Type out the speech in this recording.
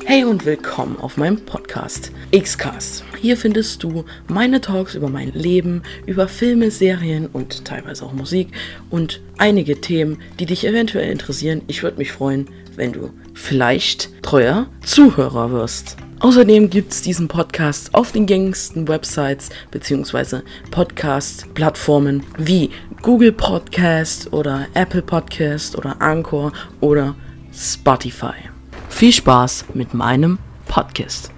Hey und willkommen auf meinem Podcast Xcast. Hier findest du meine Talks über mein Leben, über Filme, Serien und teilweise auch Musik und einige Themen, die dich eventuell interessieren. Ich würde mich freuen, wenn du vielleicht treuer Zuhörer wirst. Außerdem gibt es diesen Podcast auf den gängigsten Websites bzw. Podcast-Plattformen wie Google Podcast oder Apple Podcast oder Anchor oder Spotify. Viel Spaß mit meinem Podcast.